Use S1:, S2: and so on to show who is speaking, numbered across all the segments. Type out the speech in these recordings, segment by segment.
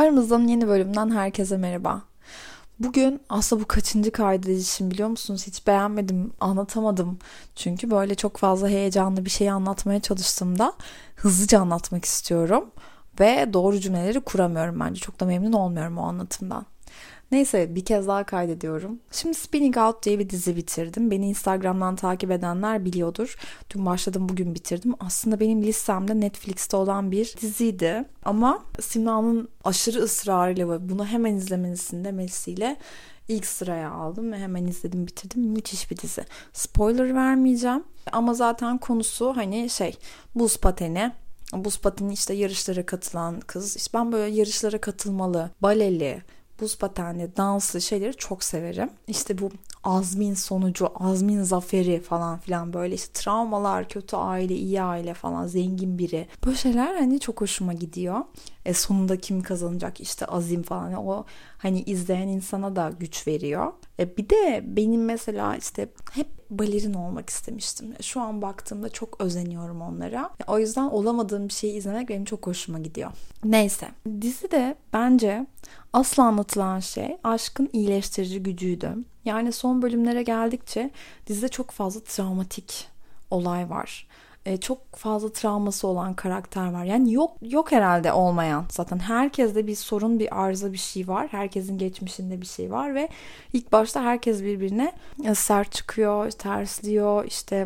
S1: Aramızdan yeni bölümden herkese merhaba. Bugün aslında bu kaçıncı kaydedişim biliyor musunuz? Hiç beğenmedim, anlatamadım. Çünkü böyle çok fazla heyecanlı bir şeyi anlatmaya çalıştığımda hızlıca anlatmak istiyorum. Ve doğru cümleleri kuramıyorum bence. Çok da memnun olmuyorum o anlatımdan. Neyse bir kez daha kaydediyorum. Şimdi Spinning Out diye bir dizi bitirdim. Beni Instagram'dan takip edenler biliyordur. Dün başladım, bugün bitirdim. Aslında benim listemde Netflix'te olan bir diziydi. Ama Simra'nın aşırı ısrarıyla ve bunu hemen izlemelisin demesiyle ilk sıraya aldım ve hemen izledim, bitirdim. Müthiş bir dizi. Spoiler vermeyeceğim. Ama zaten konusu buz pateni. Buz pateni işte yarışlara katılan kız. İşte ben böyle yarışlara katılmalı, baleli, buz patenli, danslı şeyleri çok severim. İşte bu azmin sonucu, azmin zaferi falan filan böyle işte travmalar, kötü aile, iyi aile falan, zengin biri. Böyle şeyler hani çok hoşuma gidiyor. Sonunda kim kazanacak işte azim falan. O hani izleyen insana da güç veriyor. Bir de benim mesela işte hep balerin olmak istemiştim. Şu an baktığımda çok özeniyorum onlara. O yüzden olamadığım bir şeyi izlemek benim çok hoşuma gidiyor. Neyse. Dizide bence asla anlatılan şey aşkın iyileştirici gücüydü. Yani son bölümlere geldikçe dizide çok fazla travmatik olay var. Çok fazla travması olan karakter var. Yani yok herhalde olmayan. Zaten herkeste bir sorun, bir arıza, bir şey var. Herkesin geçmişinde bir şey var ve ilk başta herkes birbirine sert çıkıyor, tersliyor. İşte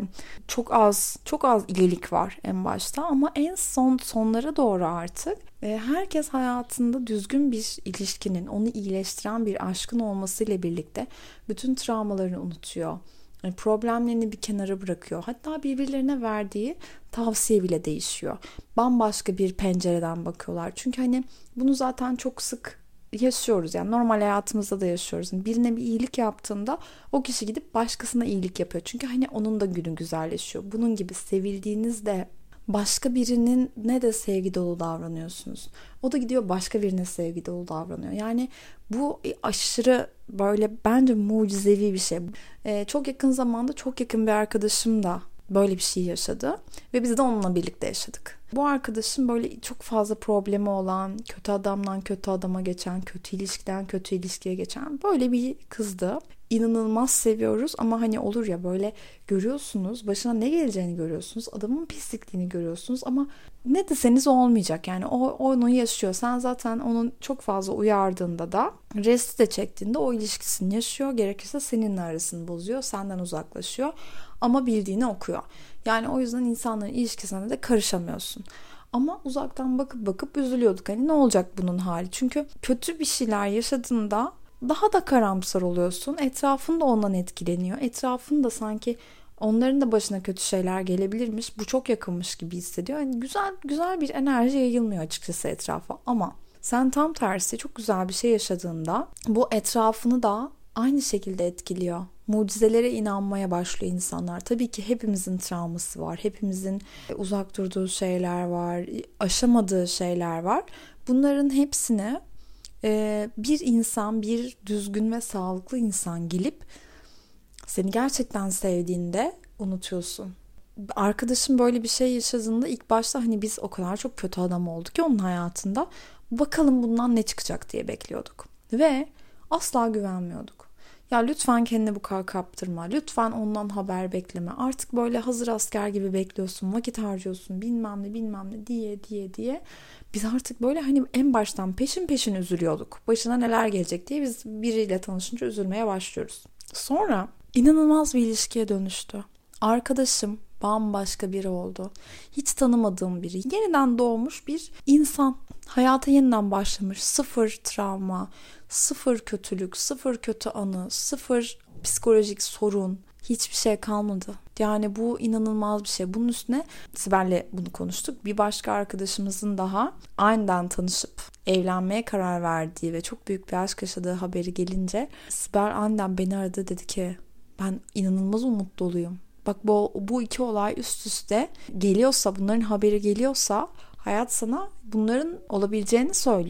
S1: çok az iyilik var en başta ama en sonlara doğru artık herkes hayatında düzgün bir ilişkinin, onu iyileştiren bir aşkın olmasıyla birlikte bütün travmalarını unutuyor. Yani problemlerini bir kenara bırakıyor. Hatta birbirlerine verdiği tavsiye bile değişiyor. Bambaşka bir pencereden bakıyorlar. Çünkü hani bunu zaten çok sık yaşıyoruz. Yani normal hayatımızda da yaşıyoruz. Yani birine bir iyilik yaptığında o kişi gidip başkasına iyilik yapıyor. Çünkü hani onun da günü güzelleşiyor. Bunun gibi sevildiğinizde başka birinin ne de sevgi dolu davranıyorsunuz. O da gidiyor başka birine sevgi dolu davranıyor. Yani bu aşırı böyle bence mucizevi bir şey. Çok yakın zamanda çok yakın bir arkadaşım da böyle bir şey yaşadı. Ve biz de onunla birlikte yaşadık. Bu arkadaşım böyle çok fazla problemi olan, kötü adamdan kötü adama geçen, kötü ilişkiden kötü ilişkiye geçen böyle bir kızdı. İnanılmaz seviyoruz ama hani olur ya böyle görüyorsunuz, başına ne geleceğini görüyorsunuz, adamın pislikliğini görüyorsunuz ama ne deseniz olmayacak. Yani o onu yaşıyor. Sen zaten onun çok fazla uyardığında da resti de çektiğinde o ilişkisini yaşıyor. Gerekirse seninle arasını bozuyor, senden uzaklaşıyor ama bildiğini okuyor. Yani o yüzden insanların ilişkisine de karışamıyorsun. Ama uzaktan bakıp üzülüyorduk. Hani ne olacak bunun hali? Çünkü kötü bir şeyler yaşadığında daha da karamsar oluyorsun. Etrafın da ondan etkileniyor. Etrafın da sanki onların da başına kötü şeyler gelebilirmiş. Bu çok yakınmış gibi hissediyor. Yani güzel bir enerji yayılmıyor açıkçası etrafa. Ama sen tam tersi çok güzel bir şey yaşadığında bu etrafını da aynı şekilde etkiliyor. Mucizelere inanmaya başlıyor insanlar. Tabii ki hepimizin travması var. Hepimizin uzak durduğu şeyler var. Aşamadığı şeyler var. Bunların hepsini bir insan, bir düzgün ve sağlıklı insan gelip seni gerçekten sevdiğinde unutuyorsun. Arkadaşım böyle bir şey yaşadığında ilk başta hani biz o kadar çok kötü adam olduk ki onun hayatında. Bakalım bundan ne çıkacak diye bekliyorduk. Ve asla güvenmiyorduk. Ya lütfen kendini bu kadar kaptırma. Lütfen ondan haber bekleme. Artık böyle hazır asker gibi bekliyorsun. Vakit harcıyorsun. Bilmem ne diye. Biz artık böyle hani en baştan peşin üzülüyorduk. Başına neler gelecek diye biz biriyle tanışınca üzülmeye başlıyoruz. Sonra inanılmaz bir ilişkiye dönüştü. Arkadaşım bambaşka biri oldu. Hiç tanımadığım biri. Yeniden doğmuş bir insan. Hayata yeniden başlamış. Sıfır travma, sıfır kötülük, sıfır kötü anı, sıfır psikolojik sorun. Hiçbir şey kalmadı. Yani bu inanılmaz bir şey. Bunun üstüne Sibel'le bunu konuştuk. Bir başka arkadaşımızın daha aniden tanışıp evlenmeye karar verdiği ve çok büyük bir aşk yaşadığı haberi gelince Sibel aniden beni aradı, dedi ki ben inanılmaz umut doluyum. Bak bu iki olay üst üste geliyorsa, bunların haberi geliyorsa hayat sana bunların olabileceğini söylüyor.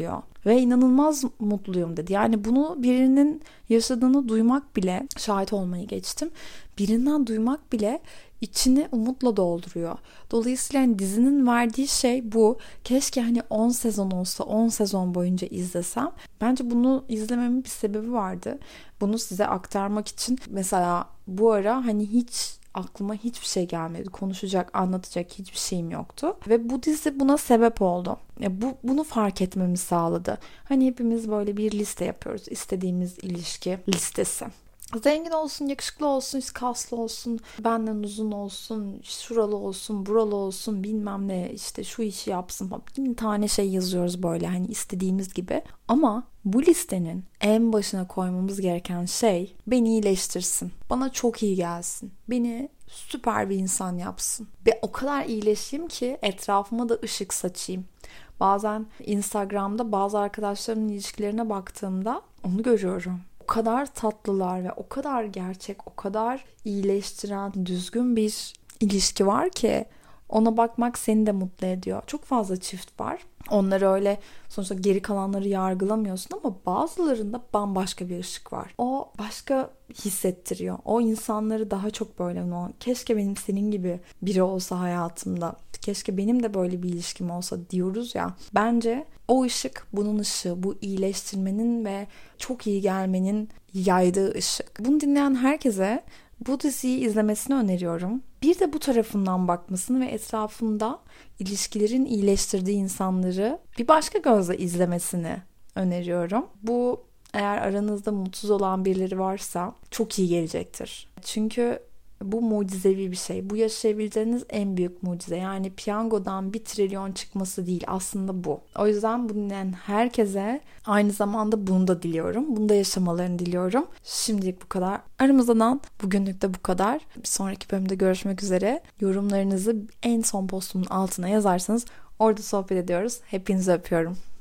S1: ve inanılmaz mutluyum dedi. Yani bunu birinin yaşadığını duymak bile, şahit olmayı geçtim, birinden duymak bile içini umutla dolduruyor. Dolayısıyla hani dizinin verdiği şey bu. Keşke hani 10 sezon olsa, 10 sezon boyunca izlesem. Bence bunu izlememin bir sebebi vardı. Bunu size aktarmak için mesela bu ara hani hiç aklıma hiçbir şey gelmedi. Konuşacak, anlatacak hiçbir şeyim yoktu. Ve bu dizi buna sebep oldu. Bunu fark etmemi sağladı. Hani hepimiz böyle bir liste yapıyoruz. İstediğimiz ilişki listesi. Zengin olsun, yakışıklı olsun, kaslı olsun, benden uzun olsun, şuralı olsun, buralı olsun, bilmem ne, işte şu işi yapsın falan. Bin tane şey yazıyoruz böyle hani istediğimiz gibi. Ama bu listenin en başına koymamız gereken şey beni iyileştirsin. Bana çok iyi gelsin. Beni süper bir insan yapsın. Ve o kadar iyileşeyim ki etrafıma da ışık saçayım. Bazen Instagram'da bazı arkadaşlarımın ilişkilerine baktığımda onu görüyorum. O kadar tatlılar ve o kadar gerçek, o kadar iyileştiren, düzgün bir ilişki var ki ona bakmak seni de mutlu ediyor. Çok fazla çift var. Onları öyle sonuçta geri kalanları yargılamıyorsun ama bazılarında bambaşka bir ışık var. O başka hissettiriyor. O insanları daha çok böyle keşke benim senin gibi biri olsa hayatımda. Keşke benim de böyle bir ilişkim olsa diyoruz ya. Bence o ışık bunun ışığı, bu iyileştirmenin ve çok iyi gelmenin yaydığı ışık. Bunu dinleyen herkese bu diziyi izlemesini öneriyorum. Bir de bu tarafından bakmasını ve etrafında ilişkilerin iyileştirdiği insanları bir başka gözle izlemesini öneriyorum. Bu eğer aranızda mutsuz olan birileri varsa çok iyi gelecektir. Çünkü bu mucizevi bir şey. Bu yaşayabileceğiniz en büyük mucize. Yani piyangodan 1 trilyon çıkması değil aslında bu. O yüzden bunu dinleyen herkese aynı zamanda bunu da diliyorum. Bunu da yaşamalarını diliyorum. Şimdilik bu kadar. Aramızdan bugünlük de bu kadar. Bir sonraki bölümde görüşmek üzere. Yorumlarınızı en son postumun altına yazarsanız orada sohbet ediyoruz. Hepinizi öpüyorum.